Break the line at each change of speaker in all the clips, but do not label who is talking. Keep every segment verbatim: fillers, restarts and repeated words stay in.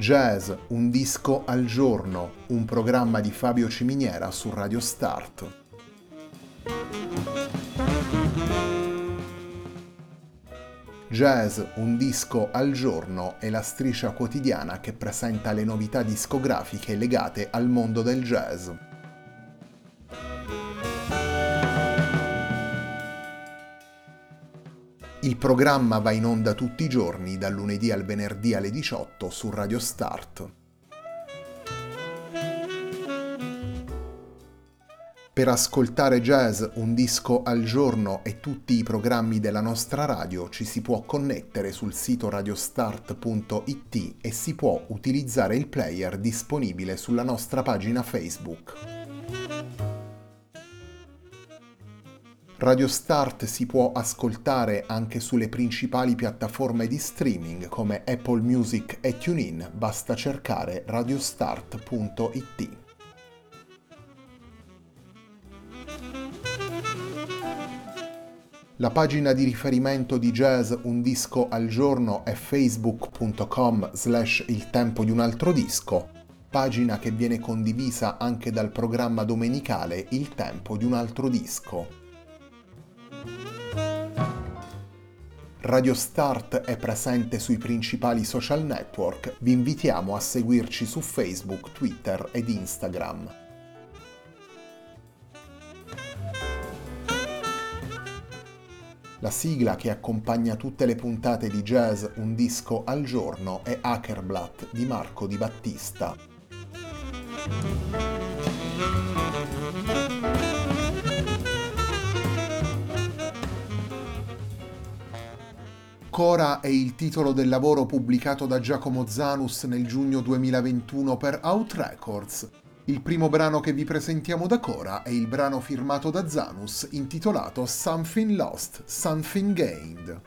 Jazz, un disco al giorno, un programma di Fabio Ciminiera su Radio Start. Jazz, un disco al giorno è la striscia quotidiana che presenta le novità discografiche legate al mondo del jazz. Il programma va in onda tutti i giorni, dal lunedì al venerdì alle diciotto su Radio Start. Per ascoltare Jazz, un disco al giorno e tutti i programmi della nostra radio ci si può connettere sul sito radiostart punto it e si può utilizzare il player disponibile sulla nostra pagina Facebook. Radio Start si può ascoltare anche sulle principali piattaforme di streaming come Apple Music e TuneIn, basta cercare radiostart punto it. La pagina di riferimento di Jazz Un Disco al Giorno è facebook punto com slash il tempo di un altro disco, pagina che viene condivisa anche dal programma domenicale Il tempo di un altro disco. Radio Start è presente sui principali social network, vi invitiamo a seguirci su Facebook, Twitter ed Instagram. La sigla che accompagna tutte le puntate di Jazz Un Disco al Giorno è Hackerblatt di Marco Di Battista. Cora è il titolo del lavoro pubblicato da Giacomo Zanus nel giugno duemilaventuno per Out Records. Il primo brano che vi presentiamo da Cora è il brano firmato da Zanus intitolato Something Lost, Something Gained.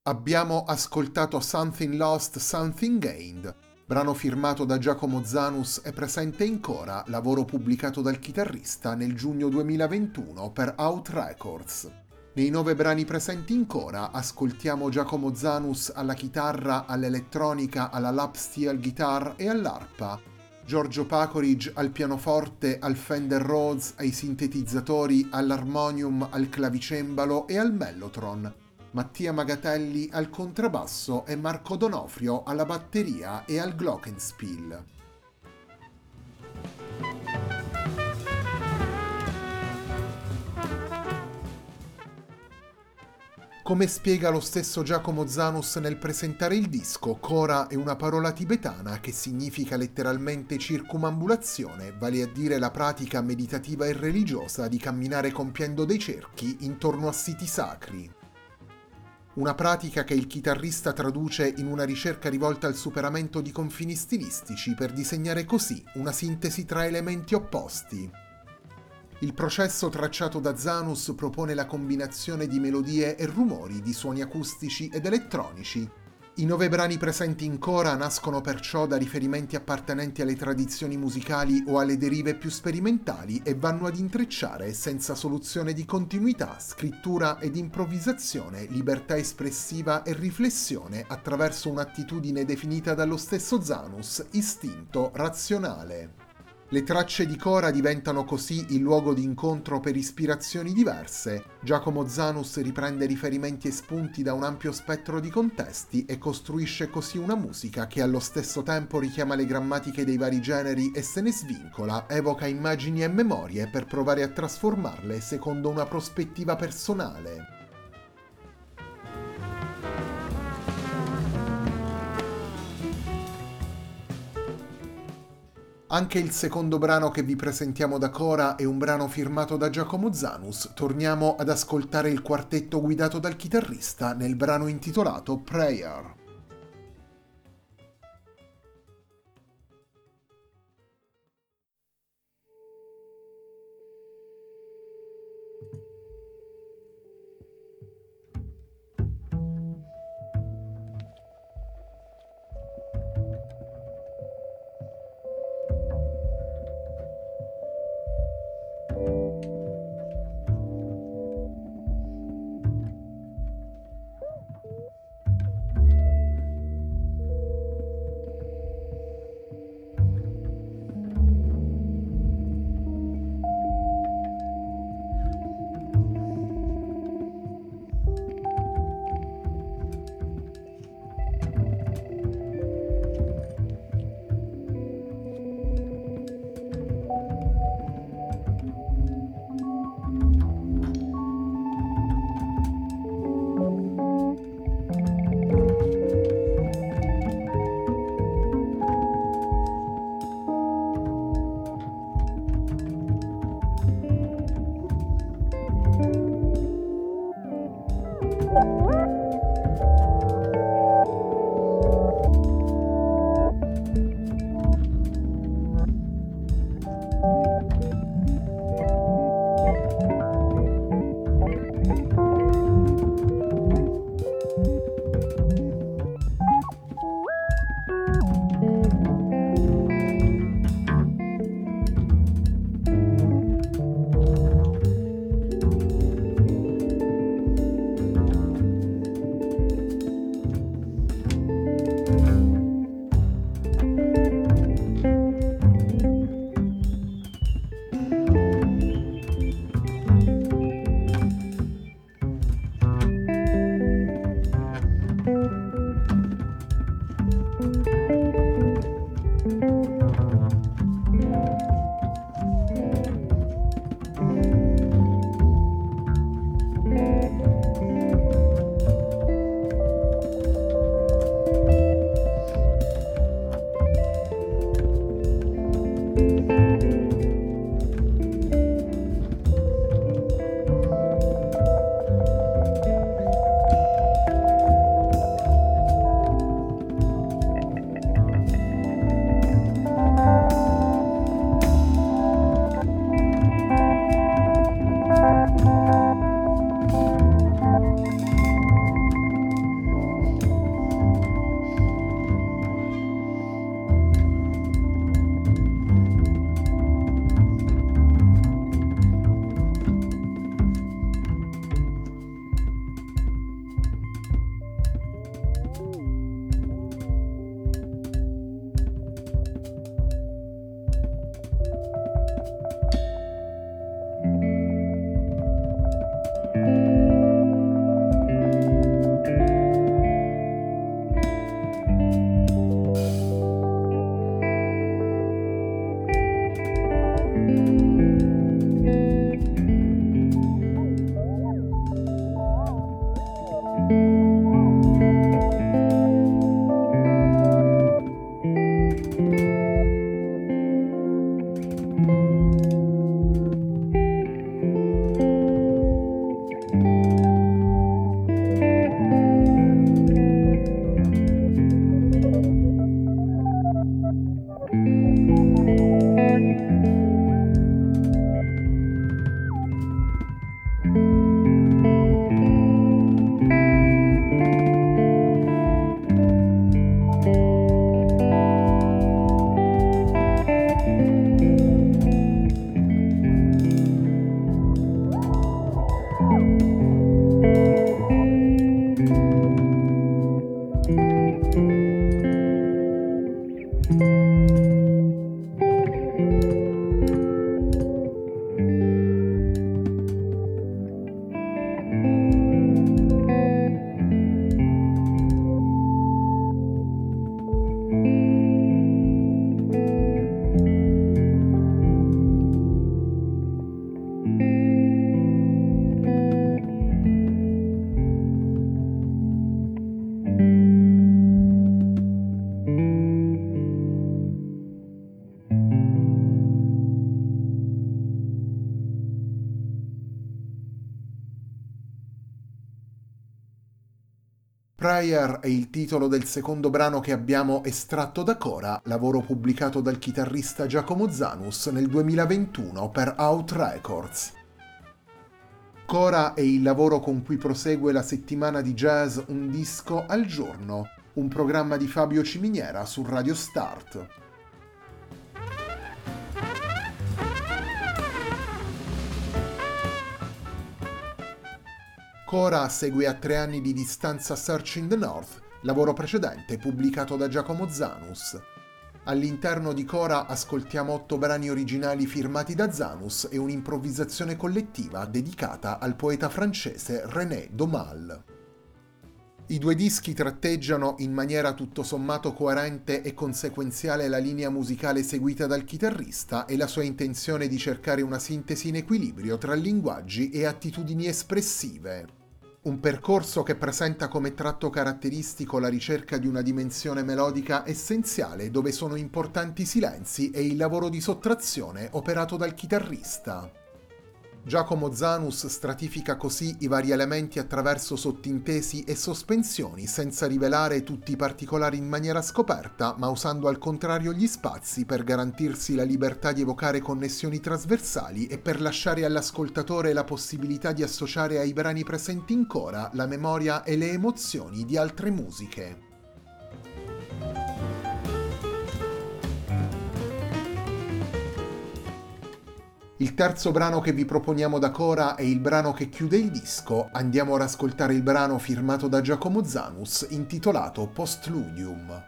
Abbiamo ascoltato Something Lost, Something Gained, brano firmato da Giacomo Zanus e presente in Cora, lavoro pubblicato dal chitarrista nel giugno duemilaventuno per Out Records. Nei nove brani presenti in Cora ascoltiamo Giacomo Zanus alla chitarra, all'elettronica, alla lap steel guitar e all'arpa, Giorgio Pacorig al pianoforte, al Fender Rhodes, ai sintetizzatori, all'armonium, al clavicembalo e al mellotron, Mattia Magatelli al contrabbasso e Marco Donofrio alla batteria e al glockenspiel. Come spiega lo stesso Giacomo Zanus nel presentare il disco, Cora è una parola tibetana che significa letteralmente circumambulazione, vale a dire la pratica meditativa e religiosa di camminare compiendo dei cerchi intorno a siti sacri. Una pratica che il chitarrista traduce in una ricerca rivolta al superamento di confini stilistici per disegnare così una sintesi tra elementi opposti. Il processo tracciato da Zanus propone la combinazione di melodie e rumori, di suoni acustici ed elettronici. I nove brani presenti in Cora nascono perciò da riferimenti appartenenti alle tradizioni musicali o alle derive più sperimentali e vanno ad intrecciare, senza soluzione di continuità, scrittura ed improvvisazione, libertà espressiva e riflessione attraverso un'attitudine definita dallo stesso Zanus, istinto razionale. Le tracce di Cora diventano così il luogo di incontro per ispirazioni diverse. Giacomo Zanus riprende riferimenti e spunti da un ampio spettro di contesti e costruisce così una musica che allo stesso tempo richiama le grammatiche dei vari generi e se ne svincola, evoca immagini e memorie per provare a trasformarle secondo una prospettiva personale. Anche il secondo brano che vi presentiamo da Cora è un brano firmato da Giacomo Zanus. Torniamo ad ascoltare il quartetto guidato dal chitarrista nel brano intitolato Prayer. Prayer è il titolo del secondo brano che abbiamo estratto da Cora, lavoro pubblicato dal chitarrista Giacomo Zanus nel duemilaventuno per Out Records. Cora è il lavoro con cui prosegue la settimana di jazz Un disco al giorno, un programma di Fabio Ciminiera su Radio Start. Cora segue a tre anni di distanza Searching the North, lavoro precedente pubblicato da Giacomo Zanus. All'interno di Cora ascoltiamo otto brani originali firmati da Zanus e un'improvvisazione collettiva dedicata al poeta francese René Daumal. I due dischi tratteggiano in maniera tutto sommato coerente e conseguenziale la linea musicale seguita dal chitarrista e la sua intenzione di cercare una sintesi in equilibrio tra linguaggi e attitudini espressive. Un percorso che presenta come tratto caratteristico la ricerca di una dimensione melodica essenziale dove sono importanti i silenzi e il lavoro di sottrazione operato dal chitarrista. Giacomo Zanus stratifica così i vari elementi attraverso sottintesi e sospensioni senza rivelare tutti i particolari in maniera scoperta, ma usando al contrario gli spazi per garantirsi la libertà di evocare connessioni trasversali e per lasciare all'ascoltatore la possibilità di associare ai brani presenti in Cora la memoria e le emozioni di altre musiche. Il terzo brano che vi proponiamo da Cora è il brano che chiude il disco. Andiamo ad ascoltare il brano firmato da Giacomo Zanus intitolato Postludium.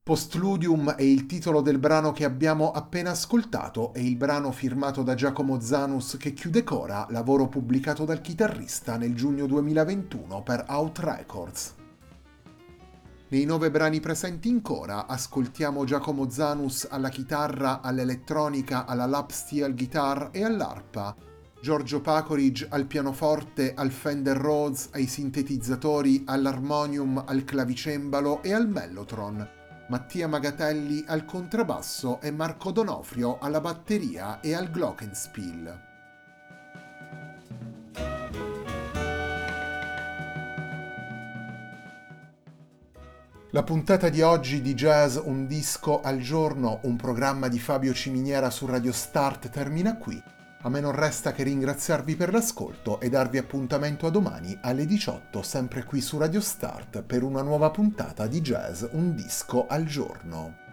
Postludium è il titolo del brano che abbiamo appena ascoltato e il brano firmato da Giacomo Zanus che chiude Cora, lavoro pubblicato dal chitarrista nel giugno duemilaventuno per Out Records. Nei nove brani presenti in Cora ascoltiamo Giacomo Zanus alla chitarra, all'elettronica, alla lap steel guitar e all'arpa, Giorgio Pacorig al pianoforte, al Fender Rhodes, ai sintetizzatori, all'armonium, al clavicembalo e al mellotron, Mattia Magatelli al contrabbasso e Marco Donofrio alla batteria e al glockenspiel. La puntata di oggi di Jazz Un Disco al Giorno, un programma di Fabio Ciminiera su Radio Start, termina qui. A me non resta che ringraziarvi per l'ascolto e darvi appuntamento a domani alle diciotto, sempre qui su Radio Start, per una nuova puntata di Jazz Un Disco al Giorno.